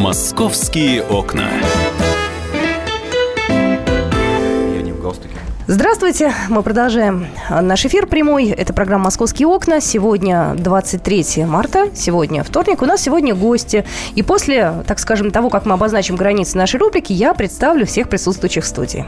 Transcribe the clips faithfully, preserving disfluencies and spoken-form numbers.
«Московские окна». Здравствуйте, мы продолжаем наш эфир прямой. Это программа «Московские окна». Сегодня двадцать третьего марта, сегодня вторник. У нас сегодня гости. И после, так скажем, того, как мы обозначим границы нашей рубрики, я представлю всех присутствующих в студии.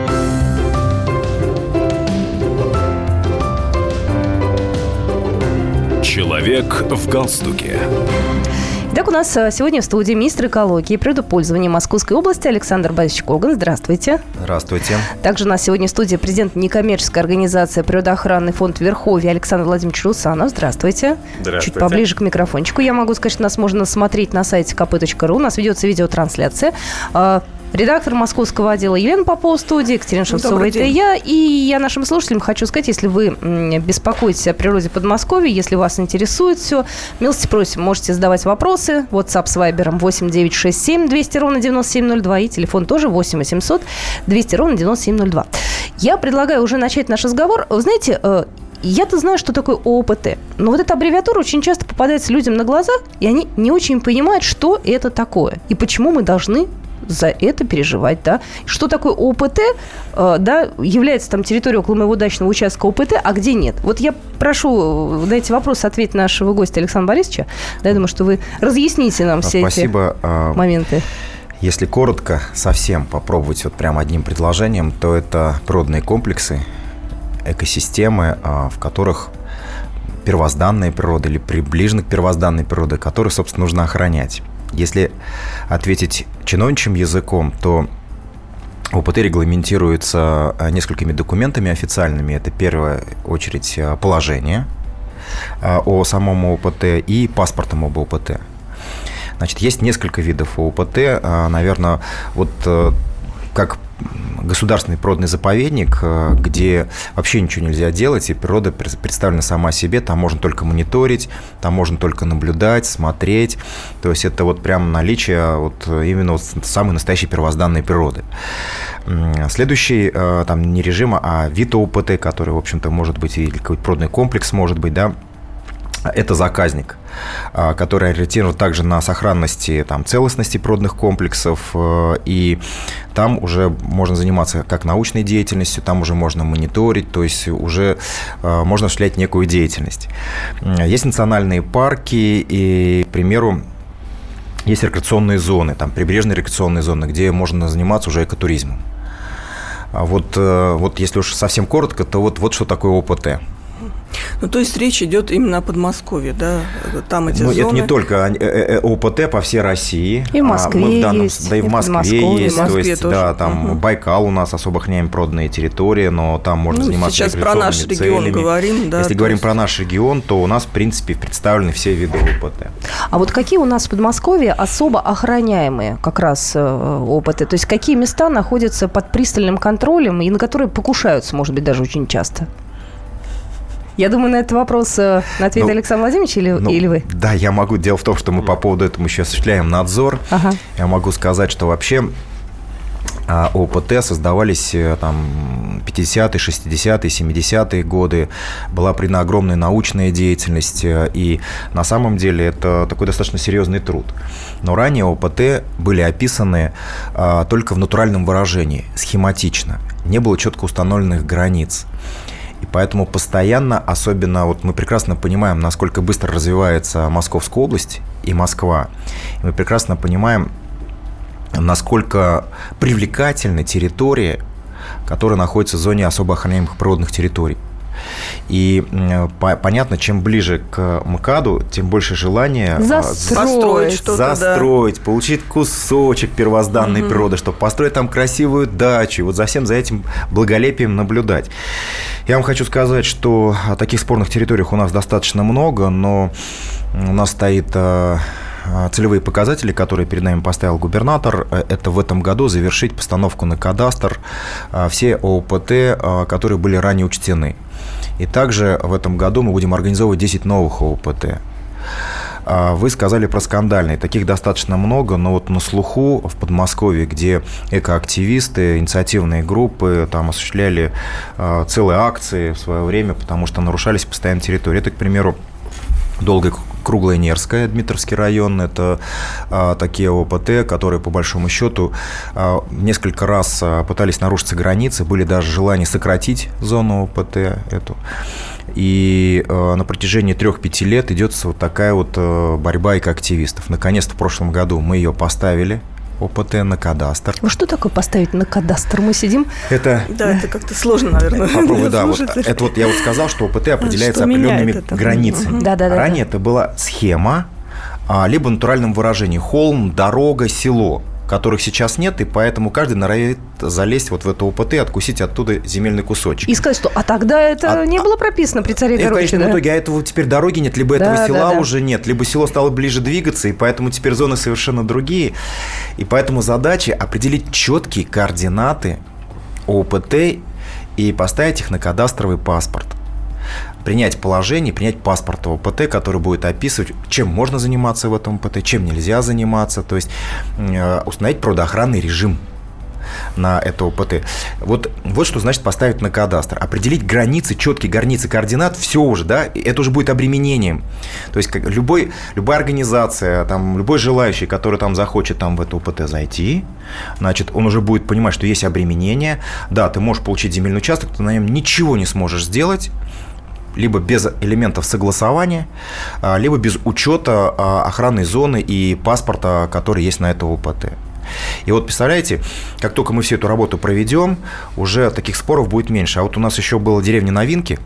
Человек в галстуке. Итак, у нас сегодня в студии министр экологии и природопользования Московской области Александр Борисович Коган. Здравствуйте. Здравствуйте. Также у нас сегодня в студии президент некоммерческой организации «Природоохранный фонд Верховья» Александр Владимирович Русанов. Здравствуйте. Здравствуйте. Чуть поближе к микрофончику. Я могу сказать, что нас можно смотреть на сайте ка пэ точка ру. У нас ведется видеотрансляция. Редактор московского отдела Елена Попова в студии, Екатерина Шевцова, это я. И я нашим слушателям хочу сказать, если вы беспокоитесь о природе Подмосковья, если вас интересует все, милости просим, можете задавать вопросы. WhatsApp с Вайбером восемь девятьсот шестьдесят семь двести ровно девяносто семь ноль два и телефон тоже восемь восемьсот двести ровно девяносто семь ноль два. Я предлагаю уже начать наш разговор. Вы знаете, я-то знаю, что такое о о пэ тэ, но вот эта аббревиатура очень часто попадается людям на глаза, и они не очень понимают, что это такое и почему мы должны за это переживать, да. Что такое о о пэ тэ, э, да, является там территорией около моего дачного участка о о пэ тэ, а где нет? Вот я прошу на эти вопросы ответить нашего гостя Александра Борисовича. Да, я думаю, что вы разъясните нам все Спасибо. эти моменты. Если коротко, совсем попробовать вот прям одним предложением, то это природные комплексы, экосистемы, в которых первозданная природа или приближена к первозданной природе, которую, собственно, нужно охранять. Если ответить чиновничьим языком, то о о пэ тэ регламентируется несколькими документами официальными. Это, в первую очередь, положение о самом о о пэ тэ и паспортом об о о пэ тэ. Значит, есть несколько видов о о пэ тэ. Наверное, вот как государственный природный заповедник, где вообще ничего нельзя делать, и природа представлена сама себе, там можно только мониторить, там можно только наблюдать, смотреть. То есть это вот прям наличие вот именно вот самой настоящей первозданной природы. Следующий, там не режим, а вид о о пэ тэ, который, в общем-то, может быть, или какой-то природный комплекс может быть, да, это заказник, который ориентирован также на сохранности там, целостности природных комплексов, и там уже можно заниматься как научной деятельностью, там уже можно мониторить, то есть уже можно осуществлять некую деятельность. Есть национальные парки, и, к примеру, есть рекреационные зоны, там прибрежные рекреационные зоны, где можно заниматься уже экотуризмом. Вот, вот если уж совсем коротко, то вот, вот что такое о о пэ тэ. Ну, то есть речь идет именно о Подмосковье, да? Там эти ну, зоны. Это не только о о пэ тэ по всей России. И в Москве Мы в данном, есть. Да, и в Москве и есть. В Москве то есть, тоже. Да, там угу. Байкал у нас особо охраняемая природная территория, но там можно ну, заниматься сейчас про наш регион целями. говорим, да. Если говорим есть... про наш регион, то у нас, в принципе, представлены все виды о о пэ тэ. А вот какие у нас в Подмосковье особо охраняемые как раз о о пэ тэ? То есть какие места находятся под пристальным контролем и на которые покушаются, может быть, даже очень часто? Я думаю, на этот вопрос на ответ ну, Александра Владимировича или, ну, или вы? Да, я могу. Дело в том, что мы по поводу этого еще осуществляем надзор. Ага. Я могу сказать, что вообще о о пэ тэ создавались там пятидесятые, шестидесятые, семидесятые годы. Была приняна огромная научная деятельность. И на самом деле это такой достаточно серьезный труд. Но ранее о о пэ тэ были описаны а, только в натуральном выражении, схематично. Не было четко установленных границ. И поэтому постоянно, особенно вот мы прекрасно понимаем, насколько быстро развивается Московская область и Москва. И мы прекрасно понимаем, насколько привлекательна территория, которая находится в зоне особо охраняемых природных территорий. И по- понятно, чем ближе к МКАДу, тем больше желания застроить, за- застроить да. получить кусочек первозданной угу. природы, чтобы построить там красивую дачу, вот за всем за этим благолепием наблюдать. Я вам хочу сказать, что таких спорных территорий у нас достаточно много, но у нас стоит целевые показатели, которые перед нами поставил губернатор, это в этом году завершить постановку на кадастр все о о пэ тэ, которые были ранее учтены. И также в этом году мы будем организовывать десять новых о о пэ тэ. Вы сказали про скандальные. Таких достаточно много, но вот на слуху в Подмосковье, где экоактивисты, инициативные группы там осуществляли целые акции в свое время, потому что нарушались постоянно территории. Это, к примеру, долгая Круглая Нерская, Дмитровский район. Это а, такие ОПТ, которые, по большому счету, а, несколько раз а, пытались нарушиться границы. Были даже желания сократить зону ОПТ эту. И э, на протяжении трех-пяти лет идет вот такая вот э, борьба экоактивистов. Наконец-то в прошлом году мы ее поставили, ОПТ, на кадастр. Ну что такое поставить на кадастр? Мы сидим... Это... Да, это как-то сложно, наверное. Попробуй, да. Вот, это вот я вот сказал, что ОПТ определяется определенными границами. Да, да, да, Ранее да. это была схема, а, либо в натуральном выражении холм, дорога, село, которых сейчас нет, и поэтому каждый норовит залезть вот в это ОПТ и откусить оттуда земельный кусочек. И сказать, что а тогда это а, не было прописано при царе Горохе, да? И в конечном да? итоге, а этого теперь дороги нет, либо да, этого села да, да. уже нет, либо село стало ближе двигаться, и поэтому теперь зоны совершенно другие. И поэтому задача определить четкие координаты ОПТ и поставить их на кадастровый паспорт. Принять положение, принять паспорт ОПТ, который будет описывать, чем можно заниматься в этом ОПТ, чем нельзя заниматься, то есть э, установить природоохранный режим на это ОПТ. Вот, вот что значит поставить на кадастр. Определить границы, четкие границы координат, все уже, да, это уже будет обременением. То есть как, любой, любая организация, там, любой желающий, который там захочет там, в это ОПТ зайти, значит, он уже будет понимать, что есть обременение. Да, ты можешь получить земельный участок, ты на нем ничего не сможешь сделать, либо без элементов согласования, либо без учета охранной зоны и паспорта, который есть на это ОПТ. И вот представляете, как только мы всю эту работу проведем, уже таких споров будет меньше. А вот у нас еще была деревня Новинки,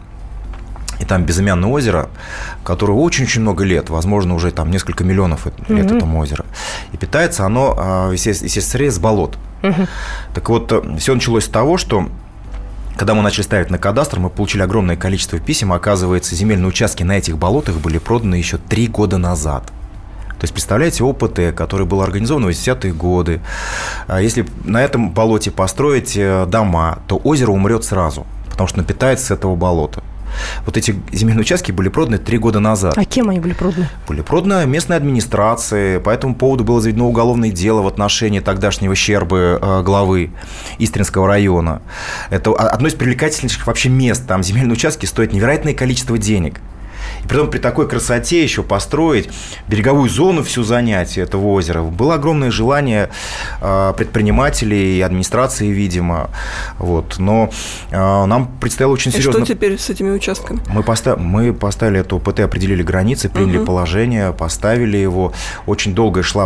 и там безымянное озеро, которое очень-очень много лет, возможно, уже там несколько миллионов лет mm-hmm. этому озеру. И питается оно, естественно, с болот. Mm-hmm. Так вот, все началось с того, что когда мы начали ставить на кадастр, мы получили огромное количество писем. Оказывается, земельные участки на этих болотах были проданы еще три года назад. То есть, представляете, ОПТ, который был организован в восьмидесятые годы. Если на этом болоте построить дома, то озеро умрет сразу, потому что напитается с этого болота. Вот эти земельные участки были проданы три года назад. А кем они были проданы? Были проданы местной администрацией. По этому поводу было заведено уголовное дело в отношении тогдашнего Щербы, главы Истринского района. Это одно из привлекательнейших вообще мест. Там земельные участки стоят невероятное количество денег. И притом при такой красоте еще построить береговую зону, всю занять этого озера. Было огромное желание предпринимателей и администрации, видимо. Вот. Но нам предстояло очень серьезно... И что теперь с этими участками? Мы, постав... Мы поставили это ОПТ, определили границы, приняли угу. положение, поставили его. Очень долго шла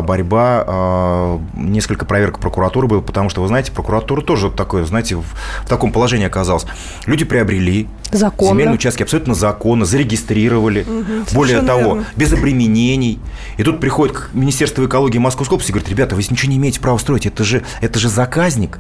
борьба. Несколько проверок прокуратуры было, потому что, вы знаете, прокуратура тоже вот такое, знаете, в, в таком положении оказалась. Люди приобрели законно. Земельные участки абсолютно законно, зарегистрировали. Угу, более того, верно. Без обременений. И тут приходит к Министерству экологии Московской области и говорит: ребята, вы ничего не имеете права строить, это же, это же заказник,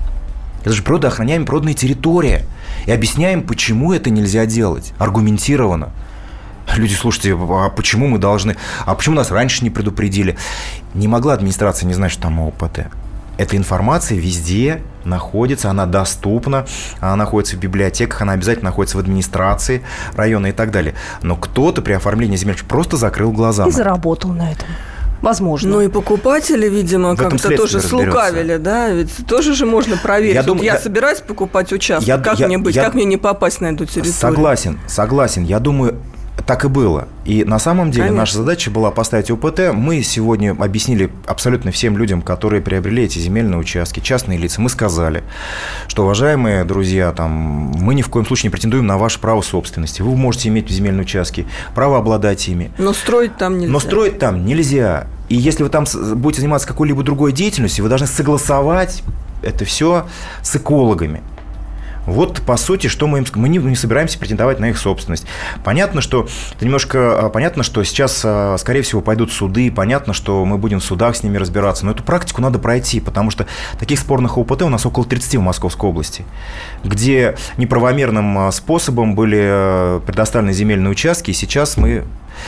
это же природоохраняемая природная территория. И объясняем, почему это нельзя делать, аргументированно. Люди, слушайте, а почему мы должны, а почему нас раньше не предупредили? Не могла администрация не знать, что там ОПТ. Эта информация везде находится, она доступна, она находится в библиотеках, она обязательно находится в администрации района и так далее. Но кто-то при оформлении земельных просто закрыл глаза. И заработал на этом. Возможно. Ну и покупатели, видимо, как-то тоже слукавили, да? Ведь тоже же можно проверить. Я, думаю, я, я собираюсь покупать участок, я, как, я, мне быть, я, как мне не попасть на эту территорию? Согласен, согласен. Я думаю, так и было. И на самом деле Конечно. Наша задача была поставить ОПТ. Мы сегодня объяснили абсолютно всем людям, которые приобрели эти земельные участки, частные лица. Мы сказали, что, уважаемые друзья, там, мы ни в коем случае не претендуем на ваше право собственности. Вы можете иметь земельные участки, право обладать ими. Но строить там нельзя. Но строить там нельзя. И если вы там будете заниматься какой-либо другой деятельностью, вы должны согласовать это все с экологами. Вот, по сути, что мы им... Мы не, не собираемся претендовать на их собственность. Понятно, что... Это немножко... Понятно, что сейчас, скорее всего, пойдут суды. Понятно, что мы будем в судах с ними разбираться. Но эту практику надо пройти, потому что таких спорных ОПТ у нас около тридцати в Московской области, где неправомерным способом были предоставлены земельные участки, и сейчас мы...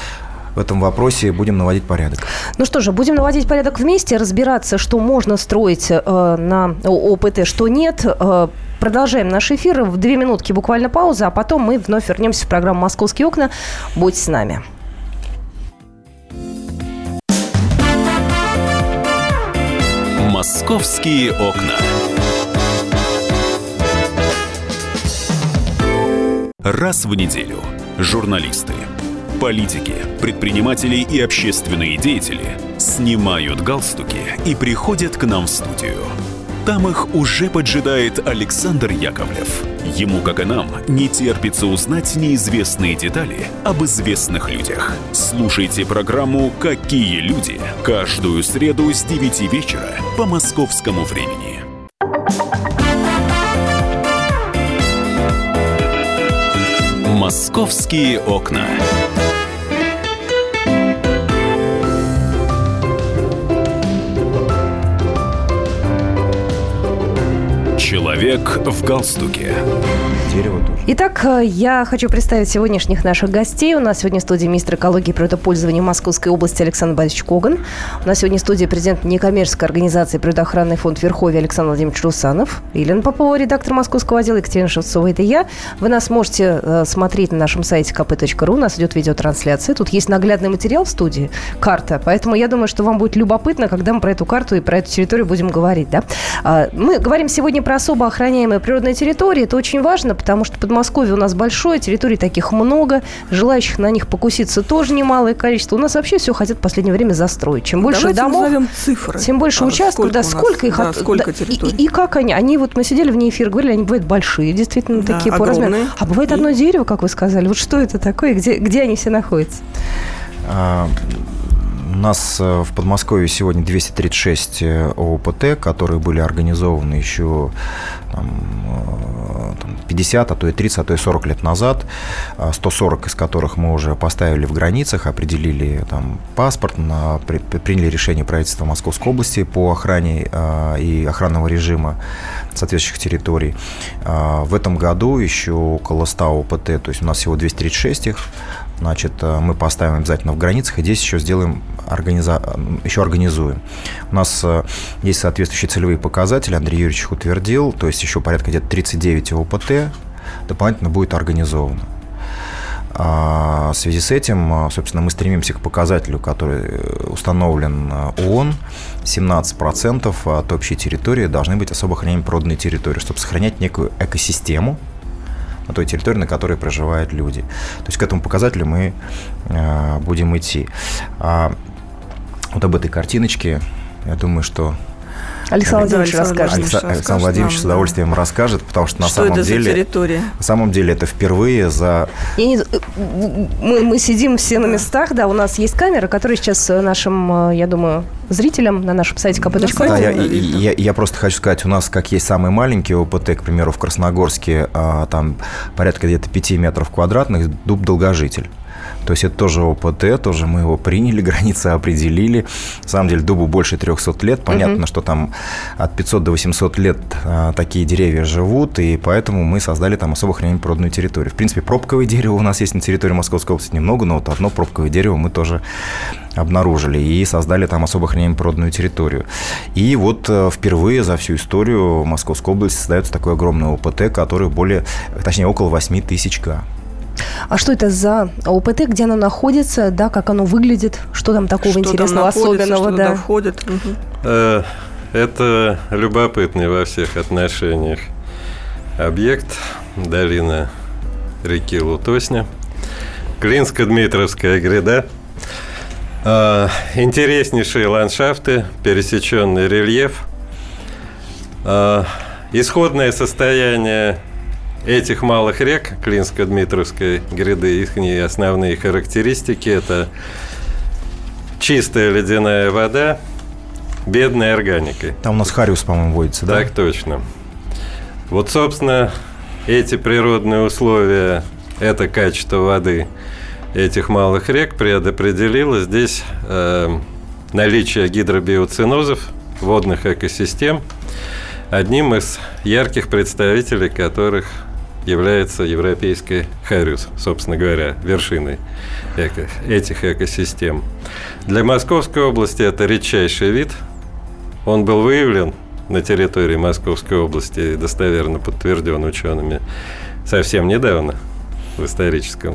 в этом вопросе будем наводить порядок. Ну что же, будем наводить порядок вместе, разбираться, что можно строить э, на ОПТ, что нет. Э, продолжаем наш эфир. В две минутки буквально пауза, а потом мы вновь вернемся в программу «Московские окна». Будьте с нами. «Московские окна». Раз в неделю журналисты, Политики, предприниматели и общественные деятели снимают галстуки и приходят к нам в студию. Там их уже поджидает Александр Яковлев. Ему, как и нам, не терпится узнать неизвестные детали об известных людях. Слушайте программу «Какие люди» каждую среду с девяти вечера по московскому времени. «Московские окна». Человек в галстуке. Дерево тоже. Итак, я хочу представить сегодняшних наших гостей. У нас сегодня в студии министр экологии и природопользования Московской области Александр Борисович Коган. У нас сегодня в студии президент некоммерческой организации «Природоохранный фонд Верховья» Александр Владимирович Русанов. Елена Попова, редактор московского отдела, Екатерина Шевцова, это я. Вы нас можете э, смотреть на нашем сайте ка пэ точка ру. У нас идет видеотрансляция. Тут есть наглядный материал в студии, карта. Поэтому я думаю, что вам будет любопытно, когда мы про эту карту и про эту территорию будем говорить. Да? А, мы говорим сегодня про особо охраняемые природные территории. Это очень важно, потому что Подмосковье у нас большое, территорий таких много, желающих на них покуситься тоже немалое количество. У нас вообще все хотят в последнее время застроить. Чем больше Давайте домов, назовем цифры. Тем больше а участков, да, сколько их, да, от, сколько да, территорий. И, и как они, они вот мы сидели вне эфира, говорили, они бывают большие, действительно да, такие по размеру. А бывает и... одно дерево, как вы сказали. Вот что это такое, где, где они все находятся? А... У нас в Подмосковье сегодня двести тридцать шесть о о пэ тэ, которые были организованы еще там, пятьдесят, а то и тридцать, а то и сорок лет назад, сто сорок из которых мы уже поставили в границах, определили там паспорт, на, приняли решение правительства Московской области по охране и охранного режима соответствующих территорий. В этом году еще около ста о о пэ тэ, то есть у нас всего двести тридцать шесть их. Значит, мы поставим обязательно в границах, и здесь еще сделаем, организа... еще организуем. У нас есть соответствующие целевые показатели, Андрей Юрьевич их утвердил, то есть еще порядка где-то тридцать девять о о пэ тэ дополнительно будет организовано. В связи с этим, собственно, мы стремимся к показателю, который установлен ООН. семнадцать процентов от общей территории должны быть особо охраняемые природные территории, чтобы сохранять некую экосистему на той территории, на которой проживают люди. То есть к этому показателю мы э, будем идти. А вот об этой картиночке, я думаю, что Александр Владимирович да, расскажет. Александр, Александр Владимирович нам, с удовольствием да. расскажет, потому что на что самом это деле, за территория? На самом деле это впервые за... Я не... мы, мы сидим все на местах, да, у нас есть камера, которая сейчас нашим, я думаю, зрителям на нашем сайте ка пэ точка ру. Да, я, я, я просто хочу сказать, у нас, как есть самый маленький о о пэ тэ, к примеру, в Красногорске, а, там порядка где-то пяти метров квадратных, дуб долгожитель. То есть это тоже о о пэ тэ, тоже мы его приняли, границы определили. На самом деле дубу больше трехсот лет. Понятно, uh-huh. что там от пятисот до восьмисот лет а, такие деревья живут, и поэтому мы создали там особо охраняемую природную территорию. В принципе, пробковое дерево у нас есть на территории Московской области немного, но вот одно пробковое дерево мы тоже обнаружили и создали там особо охраняемую природную территорию. И вот а, впервые за всю историю Московской области создается такое огромное о о пэ тэ, которое более, точнее, около восемь тысяч га. А что это за о о пэ тэ, где оно находится, да, как оно выглядит, что там такого что интересного, там особенного, что да? Входит. Угу. Это любопытный во всех отношениях объект, долина реки Лутосня, Клинско-Дмитровская гряда, интереснейшие ландшафты, пересеченный рельеф, исходное состояние этих малых рек Клинско-Дмитровской гряды, их основные характеристики – это чистая ледяная вода, бедной органикой. Там у нас хариус, по-моему, водится, да? Так точно. Вот, собственно, эти природные условия, это качество воды этих малых рек предопределило здесь э, наличие гидробиоценозов, водных экосистем, одним из ярких представителей которых является европейский хариус, собственно говоря, вершиной эко, этих экосистем. Для Московской области это редчайший вид. Он был выявлен на территории Московской области и достоверно подтвержден учеными совсем недавно, в историческом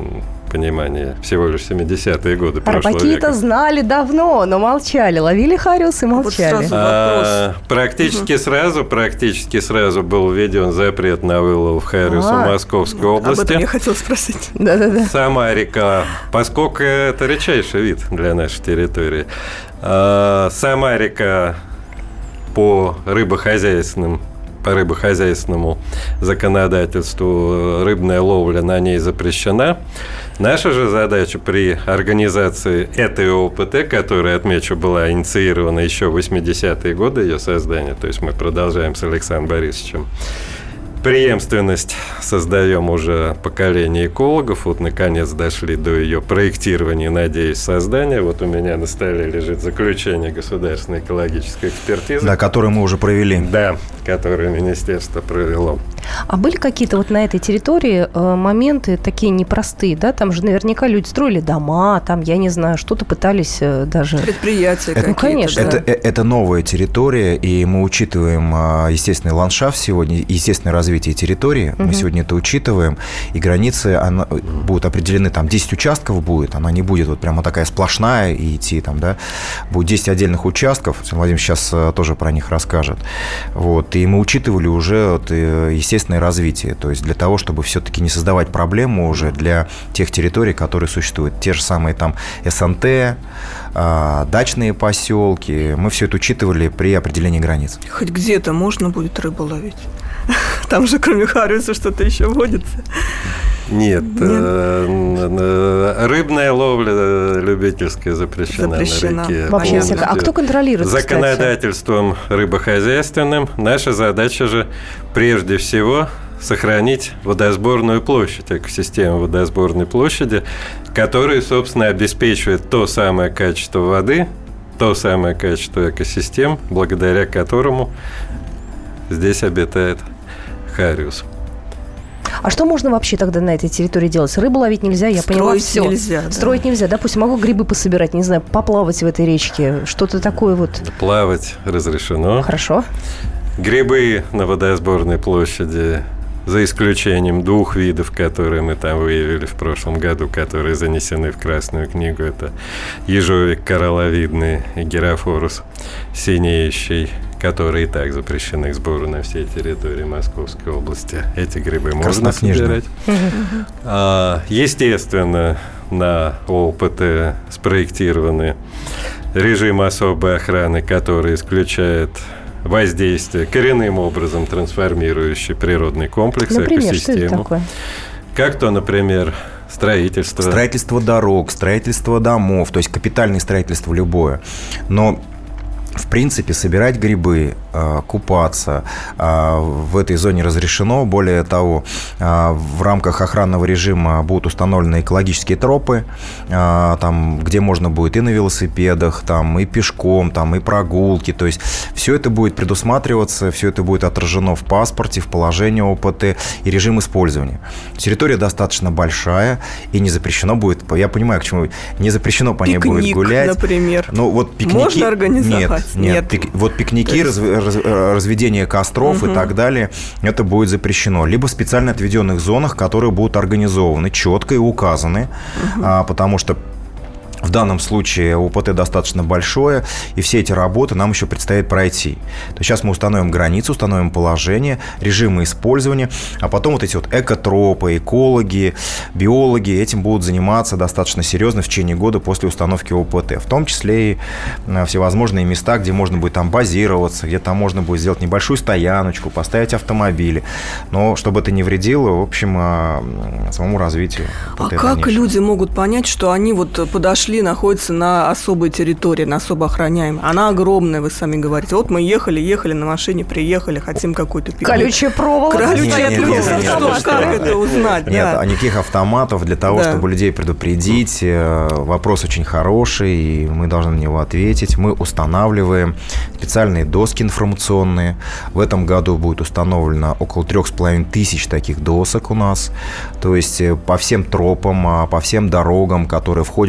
понимание, всего лишь семидесятые годы прошлого века. Рыбаки-то знали давно, но молчали. Ловили хариус и молчали. Вот а, практически угу. сразу, практически сразу был введен запрет на вылов хариуса а, в Московской области. Об этом я хотел спросить. Да-да-да. Сама река, поскольку это редчайший вид для нашей территории, а, сама река по рыбохозяйственным по рыбохозяйственному законодательству рыбная ловля на ней запрещена. Наша же задача при организации этой ОПТ, которая, отмечу, была инициирована еще в восьмидесятые годы, ее создания, то есть мы продолжаем с Александром Борисовичем, преемственность создаем уже поколение экологов. Вот, наконец, дошли до ее проектирования, надеюсь, создания. Вот у меня на столе лежит заключение государственной экологической экспертизы. Да, которую мы уже провели. Да, которую министерство провело. А были какие-то вот на этой территории э, моменты такие непростые, да? Там же наверняка люди строили дома, там, я не знаю, что-то пытались э, даже... Предприятия это, какие-то. Ну, конечно. Это, это, это новая территория, и мы учитываем э, естественный ландшафт сегодня, естественное развитие территории. Угу. Мы сегодня это учитываем, и границы она, будут определены, там десять участков будет, она не будет вот прямо такая сплошная и идти там, да. Будет десять отдельных участков, Владимир сейчас э, тоже про них расскажет. Вот, и мы учитывали уже вот, э, естественное развитие, то есть для того, чтобы все-таки не создавать проблему уже для тех территорий, которые существуют. Те же самые там СНТ, э, дачные поселки, мы все это учитывали при определении границ. Хоть где-то можно будет рыбу ловить? Там же кроме хариуса что-то еще водится? Нет, Нет. рыбная ловля любительская запрещена, запрещена. на реке. Вообще, а кто контролирует? Законодательством кстати? рыбохозяйственным. Наша задача же прежде всего сохранить водосборную площадь, экосистему водосборной площади, которая, собственно, обеспечивает то самое качество воды, то самое качество экосистем, благодаря которому здесь обитает хариус. А что можно вообще тогда на этой территории делать? Рыбу ловить нельзя, я Строить поняла, все. Нельзя, да. Строить нельзя. Допустим, могу грибы пособирать, не знаю, поплавать в этой речке, что-то такое вот. Плавать разрешено. Хорошо. Грибы на водосборной площади, за исключением двух видов, которые мы там выявили в прошлом году, которые занесены в Красную книгу, это ежовик коралловидный и гирофорус синеющий, которые и так запрещены к сбору на всей территории Московской области. Эти грибы можно собирать. А, естественно, на ОПТ спроектированы режим особой охраны, который исключает воздействие, коренным образом трансформирующий природный комплекс, например, экосистему. Что это такое? Как то, например, строительство. Строительство дорог, строительство домов, то есть капитальное строительство любое. Но в принципе, собирать грибы, купаться в этой зоне разрешено. Более того, в рамках охранного режима будут установлены экологические тропы, там, где можно будет и на велосипедах, там, и пешком, там, и прогулки. То есть все это будет предусматриваться, все это будет отражено в паспорте, в положении ОПТ и режим использования. Территория достаточно большая, и не запрещено будет, я понимаю, к чему, не запрещено по ней будет гулять. Например. Ну, вот пикники... Можно организовать? Нет. Нет, Нет. Пик, вот пикники, есть... раз, раз, разведение костров угу. и так далее, это будет запрещено. Либо в специально отведенных зонах, которые будут организованы, четко и указаны, угу. а, потому что в данном случае ОПТ достаточно большое, и все эти работы нам еще предстоит пройти. То есть сейчас мы установим границу, установим положение, режимы использования, а потом вот эти вот экотропы, экологи, биологи этим будут заниматься достаточно серьезно в течение года после установки ОПТ. В том числе и всевозможные места, где можно будет там базироваться, где там можно будет сделать небольшую стояночку, поставить автомобили. Но чтобы это не вредило, в общем, самому развитию ОПТ. А как люди могут понять, что они вот подошли, находится на особой территории, на особо охраняемой? Она огромная, вы сами говорите. Вот мы ехали, ехали на машине, приехали, хотим какой-то пикник. Колючая проволока. Колючая проволока. Как это узнать? Нет, да. никаких автоматов для того, да. чтобы людей предупредить. Вопрос очень хороший, и мы должны на него ответить. Мы устанавливаем специальные доски информационные. В этом году будет установлено около трех с половиной тысяч таких досок у нас. То есть по всем тропам, по всем дорогам, которые входят в ОПТ,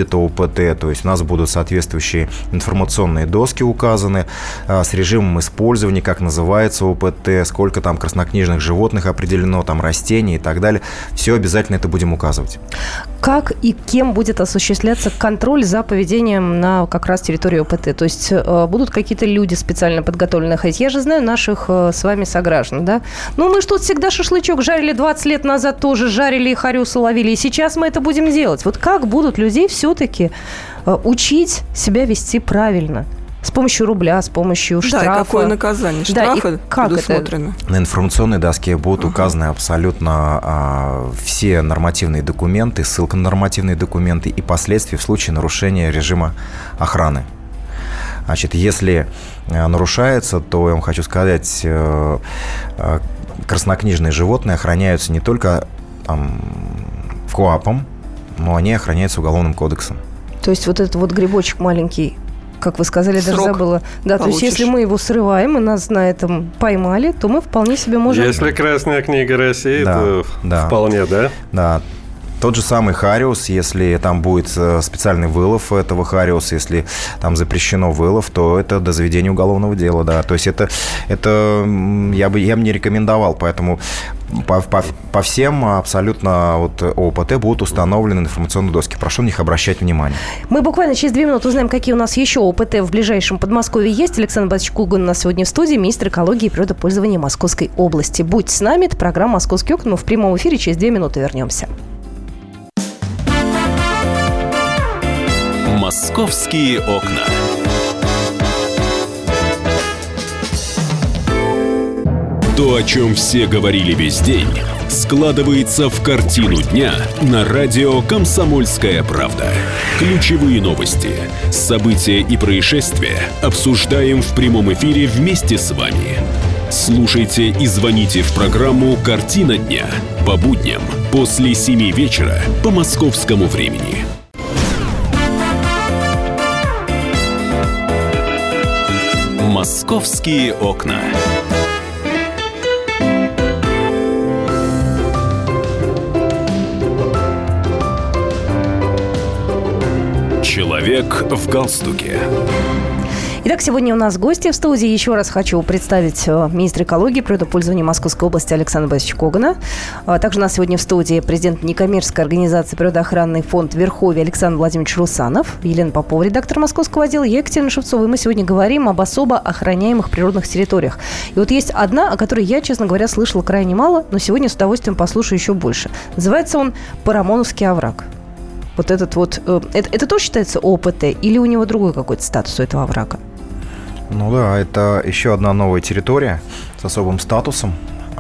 ОПТ, то есть у нас будут соответствующие информационные доски указаны с режимом использования, как называется ОПТ, сколько там краснокнижных животных определено, там растений и так далее. Все обязательно это будем указывать. Как и кем будет осуществляться контроль за поведением на как раз территории ОПТ? То есть будут какие-то люди специально подготовленные ходить? Я же знаю наших с вами сограждан, да? Ну, мы что, всегда шашлычок жарили двадцать лет назад, тоже жарили и хариусы ловили, и сейчас мы это будем делать. Вот как будут людей все-таки учить себя вести правильно? С помощью рубля, с помощью штрафа. Да, и какое наказание? Штрафы да, предусмотрены. На информационной доске будут uh-huh. указаны абсолютно а, все нормативные документы, ссылка на нормативные документы и последствия в случае нарушения режима охраны. Значит, если нарушается, то я вам хочу сказать, краснокнижные животные охраняются не только там, КоАПом, но они охраняются Уголовным кодексом. То есть вот этот вот грибочек маленький, как вы сказали, Срок даже забыла. Да, получишь. То есть если мы его срываем и нас на этом поймали, то мы вполне себе можем... Если Красная книга России, да, то да. вполне, да? Да. Тот же самый хариус, если там будет специальный вылов этого хариуса, если там запрещено вылов, то это до заведения уголовного дела, да. То есть это, это я бы я бы не рекомендовал, поэтому по, по, по всем абсолютно вот ОПТ будут установлены информационные доски. Прошу на них обращать внимание. Мы буквально через две минуты узнаем, какие у нас еще ОПТ в ближайшем Подмосковье есть. Александр Борисович Коган у нас сегодня в студии, министр экологии и природопользования Московской области. Будьте с нами, это программа «Московские окна». Мы в прямом эфире, через две минуты вернемся. «Московские окна». То, о чем все говорили весь день, складывается в картину дня на радио «Комсомольская правда». Ключевые новости, события и происшествия обсуждаем в прямом эфире вместе с вами. Слушайте и звоните в программу «Картина дня» по будням после семи вечера по московскому времени. «Московские окна». Человек в галстуке. Итак, сегодня у нас гости в студии. Еще раз хочу представить министра экологии и природопользования Московской области Александра Борисовича Когана. Также у нас сегодня в студии президент некоммерческой организации «Природоохранный фонд Верховье» Александр Владимирович Русанов, Елена Попова, редактор Московского отдела, я Екатерина Шевцова. И мы сегодня говорим об особо охраняемых природных территориях. И вот есть одна, о которой я, честно говоря, слышала крайне мало, но сегодня с удовольствием послушаю еще больше. Называется он «Парамоновский овраг». Вот этот вот... Это, это тоже считается ОПТ или у него другой какой-то статус у этого оврага? Ну да, это еще одна новая территория с особым статусом.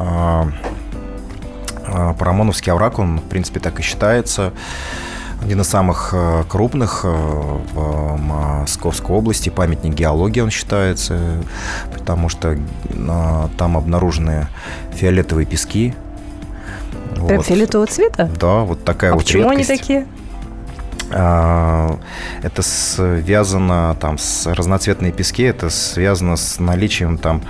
Парамоновский овраг, он, в принципе, так и считается. Один из самых крупных в Московской области. Памятник геологии он считается, потому что там обнаружены фиолетовые пески. Прям вот. Фиолетового цвета? Да, вот такая а вот почему редкость. Они такие? Это связано там с разноцветные пески, это связано с наличием там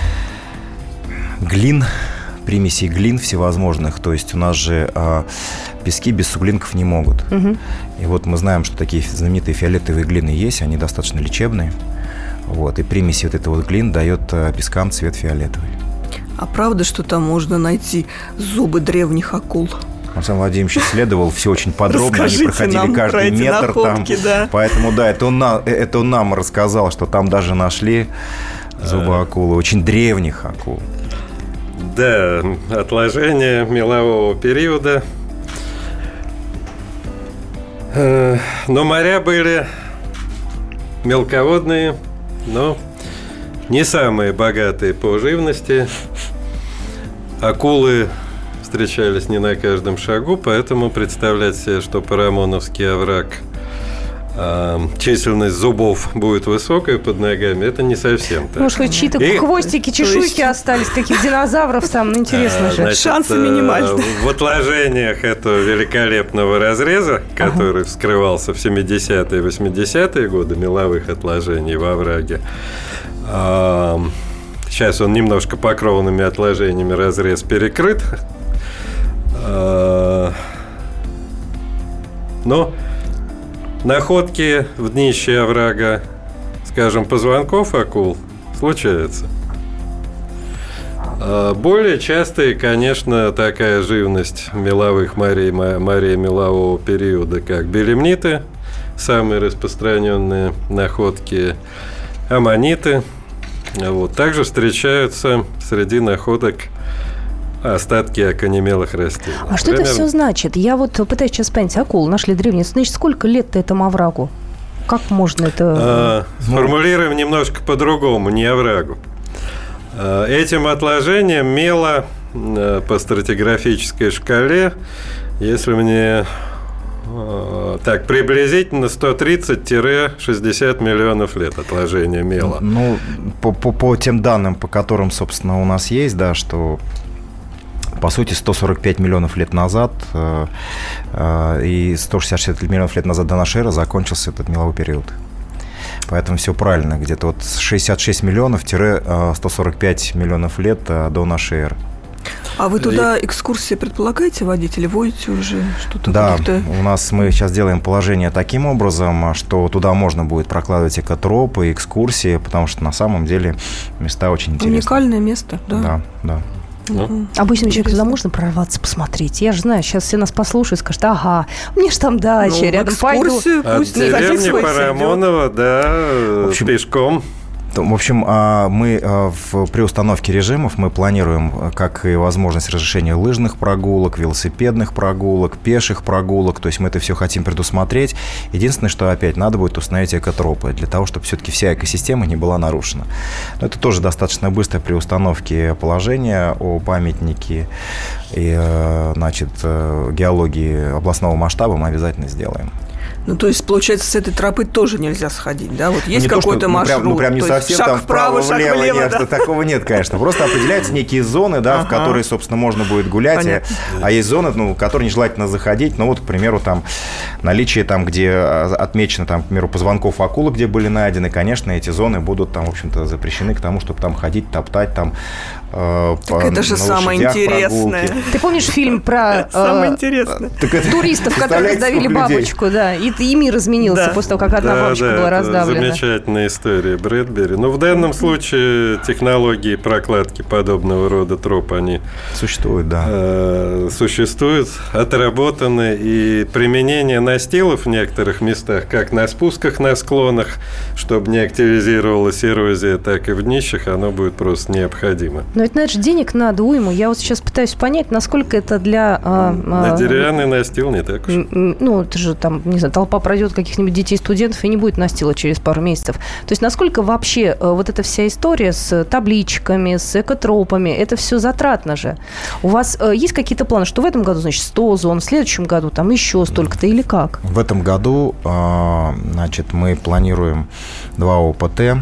глин, примесей глин всевозможных. То есть у нас же а, пески без суглинков не могут. Угу. И вот мы знаем, что такие знаменитые фиолетовые глины есть, они достаточно лечебные. Вот, и примесь вот этой вот глин дает а, пескам цвет фиолетовый. А правда, что там можно найти зубы древних акул? Александр Владимирович исследовал все очень подробно. Расскажите они проходили нам каждый про эти метр находки, там. Да. Поэтому, да, это он, нам, это он нам рассказал, что там даже нашли зубы акулы, очень древних акул. Да, отложения мелового периода. Но моря были мелководные, но не самые богатые по живности. Акулы встречались не на каждом шагу, поэтому представлять себе, что Парамоновский овраг, э, численность зубов будет высокая под ногами, это не совсем так. Может, хоть чьи-то И... хвостики, чешуйки остались, таких динозавров там, интересно же. Значит, шансы минимальны. В отложениях этого великолепного разреза, который ага. вскрывался в семидесятые и восьмидесятые годы, меловых отложений во овраге, э, сейчас он немножко покровными отложениями разрез перекрыт. Но находки в днище оврага, скажем, позвонков акул случаются. Более частой, конечно, такая живность меловых морей, морей мелового периода, как белемниты, самые распространенные находки, аммониты. Вот. Также встречаются среди находок остатки окаменелых растений. А что Примерно... это все значит? Я вот пытаюсь сейчас понять, акул нашли древние. Значит, сколько лет этому оврагу? Как можно это... А, сформулируем немножко по-другому, не оврагу. Этим отложением мела по стратиграфической шкале, если мне так приблизительно сто тридцать - шестьдесят миллионов лет отложения мела. Ну, по, по, по тем данным, по которым, собственно, у нас есть, да, что по сути сто сорок пять миллионов лет назад э, э, и сто шестьдесят шесть миллионов лет назад до нашей эры закончился этот меловой период. Поэтому все правильно. Где-то вот шестьдесят шесть миллионов - сто сорок пять миллионов лет до нашей эры. А вы туда экскурсии предполагаете водить или водите уже что-то? Да, каких-то... у нас мы сейчас делаем положение таким образом, что туда можно будет прокладывать экотропы, экскурсии, потому что на самом деле места очень интересные. Уникальное место, да? Да, да. Ну, обычным человеком туда можно прорваться, посмотреть? Я же знаю, сейчас все нас послушают, скажут, ага, мне же там дача, ну, рядом пойду. От деревни Парамонова, да, в общем, пешком. В общем, мы в, при установке режимов мы планируем как и возможность разрешения лыжных прогулок, велосипедных прогулок, пеших прогулок. То есть мы это все хотим предусмотреть. Единственное, что опять надо будет установить экотропы для того, чтобы все-таки вся экосистема не была нарушена. Но это тоже достаточно быстро при установке положения о памятнике и, значит, геологии областного масштаба мы обязательно сделаем. Ну, то есть, получается, с этой тропы тоже нельзя сходить, да? Вот есть ну, какой-то то, что, маршрут, ну, прям, ну, прям не то совсем шаг там вправо, шаг влево, влево, нет, да? Такого нет, конечно. Просто определяются некие зоны, да, ага. в которые, собственно, можно будет гулять. А, а есть зоны, ну, в которые нежелательно заходить. Ну, вот, к примеру, там наличие, там, где отмечено, там, к примеру, позвонков акулы, где были найдены, конечно, эти зоны будут там, в общем-то, запрещены к тому, чтобы там ходить, топтать, там, э, так по, это же самое интересное. Прогулки. Ты помнишь фильм про э, туристов, которые раздавили бабочку, да, и мир изменился да. после того, как одна да, бабочка да, была раздавлена. Замечательная история Брэдбери. Но в данном случае технологии прокладки подобного рода троп, они существуют, да. э, существуют, отработаны. И применение настилов в некоторых местах, как на спусках на склонах, чтобы не активизировалась эрозия, так и в днищах, оно будет просто необходимо. Но это, знаешь, денег надо уйму. Я вот сейчас пытаюсь понять, насколько это для... Э, на деревянный настил не так уж. Ну, это же там, не знаю, толпа пройдет каких-нибудь детей-студентов и не будет настила через пару месяцев. То есть насколько вообще вот эта вся история с табличками, с экотропами, это все затратно же. У вас есть какие-то планы, что в этом году, значит, сто зон, в следующем году там еще столько-то или как? В этом году, значит, мы планируем два ОПТ,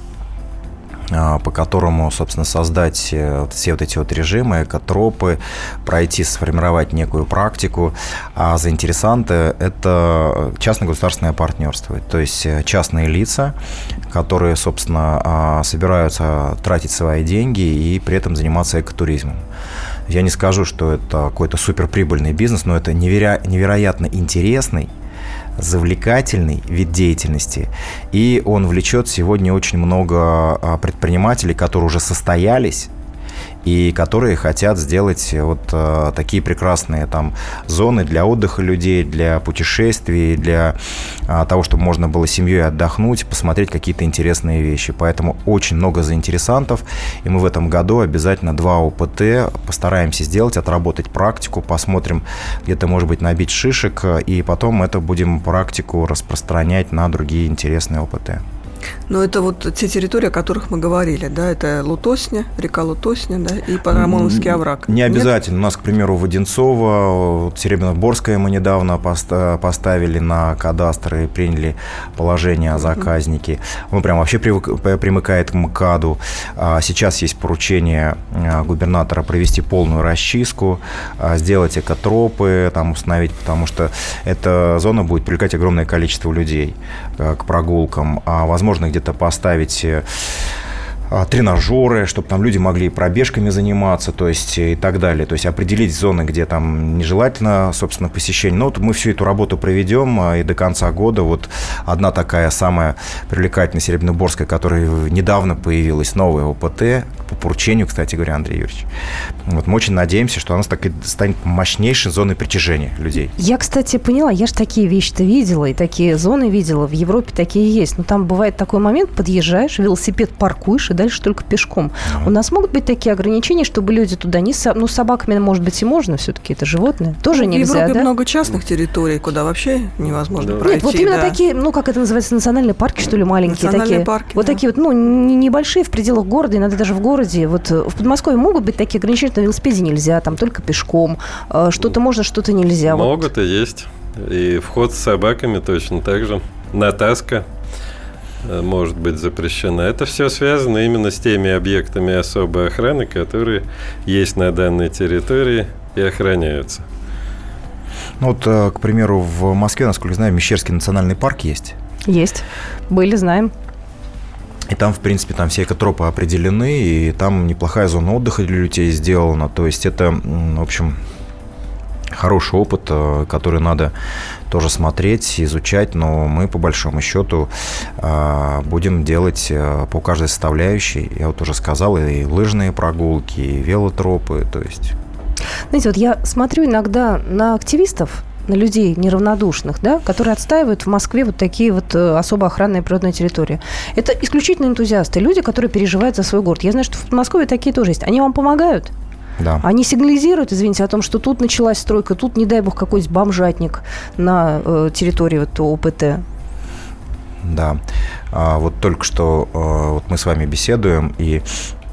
по которому, собственно, создать все вот эти вот режимы, экотропы, пройти, сформировать некую практику. А заинтересанты – это частно-государственное партнерство. То есть частные лица, которые, собственно, собираются тратить свои деньги и при этом заниматься экотуризмом. Я не скажу, что это какой-то суперприбыльный бизнес, но это неверо- невероятно интересный, завлекательный вид деятельности, и он влечет сегодня очень много предпринимателей, которые уже состоялись и которые хотят сделать вот а, такие прекрасные там зоны для отдыха людей, для путешествий, для а, того, чтобы можно было семьей отдохнуть, посмотреть какие-то интересные вещи. Поэтому очень много заинтересантов, и мы в этом году обязательно два ОПТ постараемся сделать, отработать практику, посмотрим, где-то, может быть, набить шишек, и потом это будем практику распространять на другие интересные ОПТ. Но это вот те территории, о которых мы говорили, да, это Лутосня, река Лутосня, да, и Парамоновский овраг. Не обязательно. Нет? У нас, к примеру, Воденцово, Серебряно-Борское мы недавно поставили на кадастр и приняли положение о заказнике. Он прям вообще примыкает к МКАДу. Сейчас есть поручение губернатора провести полную расчистку, сделать экотропы, там установить, потому что эта зона будет привлекать огромное количество людей к прогулкам. А возможно, где-то поставить тренажеры, чтобы там люди могли пробежками заниматься, то есть и так далее. То есть определить зоны, где там нежелательно, собственно, посещение. Ну, вот мы всю эту работу проведем, и до конца года вот одна такая самая привлекательная Серебряноборская, которая недавно появилась, новая ОПТ, по поручению, кстати говоря, Андрея Юрьевича. Вот мы очень надеемся, что она так и станет мощнейшей зоной притяжения людей. Я, кстати, поняла, я же такие вещи-то видела, и такие зоны видела, в Европе такие есть. Но там бывает такой момент, подъезжаешь, велосипед паркуешь, и дальше только пешком. Mm-hmm. У нас могут быть такие ограничения, чтобы люди туда не... Со... Ну, с собаками, может быть, и можно, все-таки это животные. Тоже нельзя, да? В Европе много частных территорий, куда вообще невозможно да. пройти. Нет, вот именно да. такие, ну, как это называется, национальные парки, что ли, маленькие национальные такие. парки, вот да. такие вот, ну, небольшие, в пределах города, иногда даже в городе. Вот в Подмосковье могут быть такие ограничения, что на велосипеде нельзя, там только пешком. Что-то можно, что-то нельзя. Могут вот. И есть. И вход с собаками точно так же. Натаска может быть запрещена. Это все связано именно с теми объектами особой охраны, которые есть на данной территории и охраняются. Ну вот, к примеру, в Москве, насколько я знаю, Мещерский национальный парк есть. Есть. Были, знаем. И там, в принципе, там все экотропы определены, и там неплохая зона отдыха для людей сделана. То есть это, в общем, хороший опыт, который надо тоже смотреть, изучать, но мы, по большому счету, будем делать по каждой составляющей. Я вот уже сказал, и лыжные прогулки, и велотропы, то есть... Знаете, вот я смотрю иногда на активистов, на людей неравнодушных, да, которые отстаивают в Москве вот такие вот особо охранные природные территории. Это исключительно энтузиасты, люди, которые переживают за свой город. Я знаю, что в Подмосковье такие тоже есть. Они вам помогают? Да. Они сигнализируют, извините, о том, что тут началась стройка, тут, не дай бог, какой-нибудь бомжатник на э, территории вот ОПТ. Да. А, вот только что а, вот мы с вами беседуем, и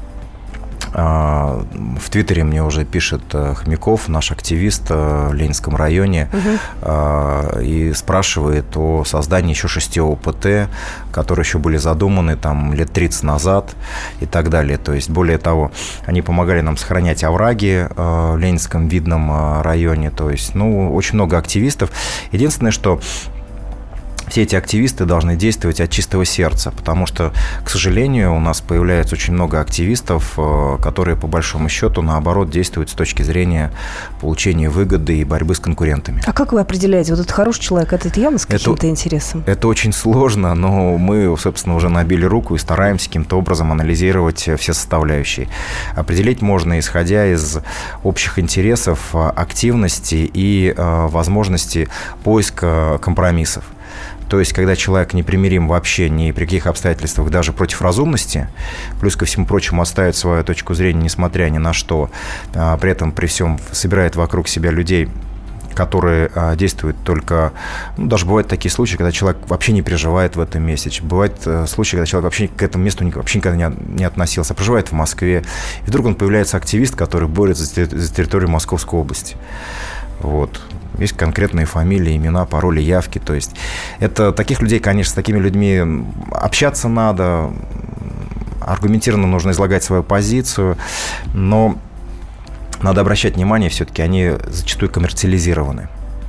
а, в Твиттере мне уже пишет а, Хомяков, наш активист а, в Ленинском районе, угу. а, и спрашивает о создании еще шести ОПТ, которые еще были задуманы там лет тридцать назад и так далее. То есть, более того, они помогали нам сохранять овраги а, в Ленинском видном а, районе. То есть, ну, очень много активистов. Единственное, что все эти активисты должны действовать от чистого сердца, потому что, к сожалению, у нас появляется очень много активистов, которые, по большому счету, наоборот, действуют с точки зрения получения выгоды и борьбы с конкурентами. А как вы определяете, вот этот хороший человек, это явно с каким-то это, интересом? Это очень сложно, но мы, собственно, уже набили руку и стараемся каким-то образом анализировать все составляющие. Определить можно, исходя из общих интересов, активности и возможности поиска компромиссов. То есть, когда человек непримирим вообще ни при каких обстоятельствах, даже против разумности, плюс ко всему прочему отставит свою точку зрения, несмотря ни на что, а, при этом при всем собирает вокруг себя людей, которые а, действуют только... Ну, даже бывают такие случаи, когда человек вообще не переживает в этом месте. Бывают а, случаи, когда человек вообще к этому месту вообще никогда не, не относился, проживает в Москве, и вдруг он появляется активист, который борется за, за территорию Московской области. Вот. Есть конкретные фамилии, имена, пароли, явки. То есть это таких людей, конечно, с такими людьми общаться надо, аргументированно нужно излагать свою позицию, но надо обращать внимание, все-таки они зачастую коммерциализированы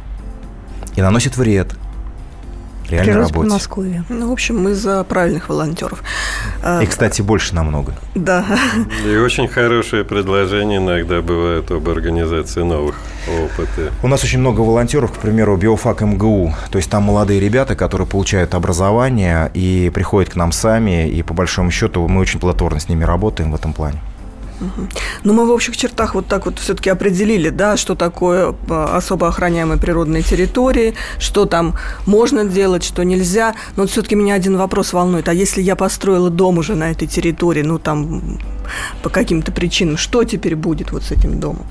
и наносят вред реальной работе. В Подмосковье. Ну, в общем, мы за правильных волонтеров. И, кстати, больше намного. Да. И очень хорошие предложения иногда бывают об организации новых ОПТ. У нас очень много волонтеров, к примеру, биофак эм гэ у. То есть там молодые ребята, которые получают образование и приходят к нам сами. И, по большому счету, мы очень плодотворно с ними работаем в этом плане. Угу. Ну, мы в общих чертах вот так вот все-таки определили, да, что такое особо охраняемые природные территории, что там можно делать, что нельзя. Но вот все-таки меня один вопрос волнует. А если я построила дом уже на этой территории, ну, там, по каким-то причинам, что теперь будет вот с этим домом?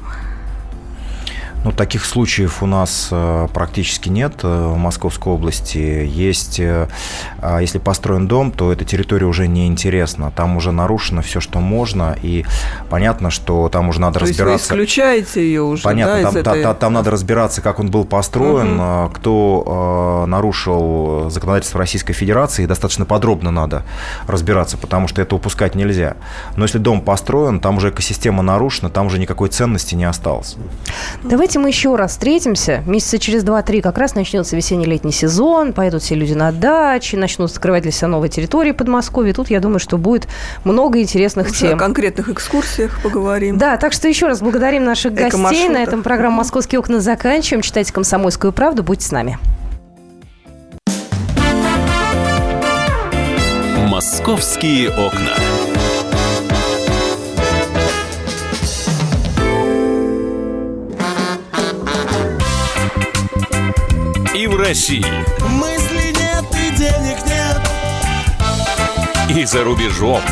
Ну, таких случаев у нас э, практически нет э, в Московской области. Есть, э, если построен дом, то эта территория уже неинтересна. Там уже нарушено все, что можно, и понятно, что там уже надо то разбираться. То есть вы исключаете ее уже, понятно, да, там, из этой... там, там надо разбираться, как он был построен, угу. кто э, нарушил законодательство Российской Федерации, и достаточно подробно надо разбираться, потому что это упускать нельзя. Но если дом построен, там уже экосистема нарушена, там уже никакой ценности не осталось. Давайте давайте мы еще раз встретимся. Месяца через два-три как раз начнется весенне-летний сезон, поедут все люди на дачи, начнут открывать для себя новые территории Подмосковья. Тут, я думаю, что будет много интересных Уже тем. О конкретных экскурсиях поговорим. Да, так что еще раз благодарим наших гостей. На этом программу «Московские окна» заканчиваем. Читайте «Комсомольскую правду». Будьте с нами. «Московские окна». И в России. Мысли нет и денег нет. И за рубежом.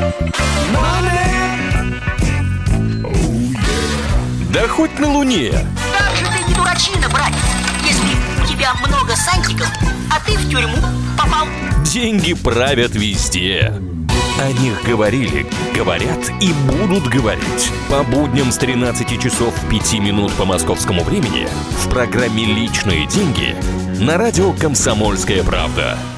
Да хоть на Луне. Как же ты не дурачина, братец, если у тебя много сантиков, а ты в тюрьму попал. Деньги правят везде. О них говорили, говорят и будут говорить. По будням с тринадцати часов пяти минут по московскому времени в программе «Личные деньги» на радио «Комсомольская правда».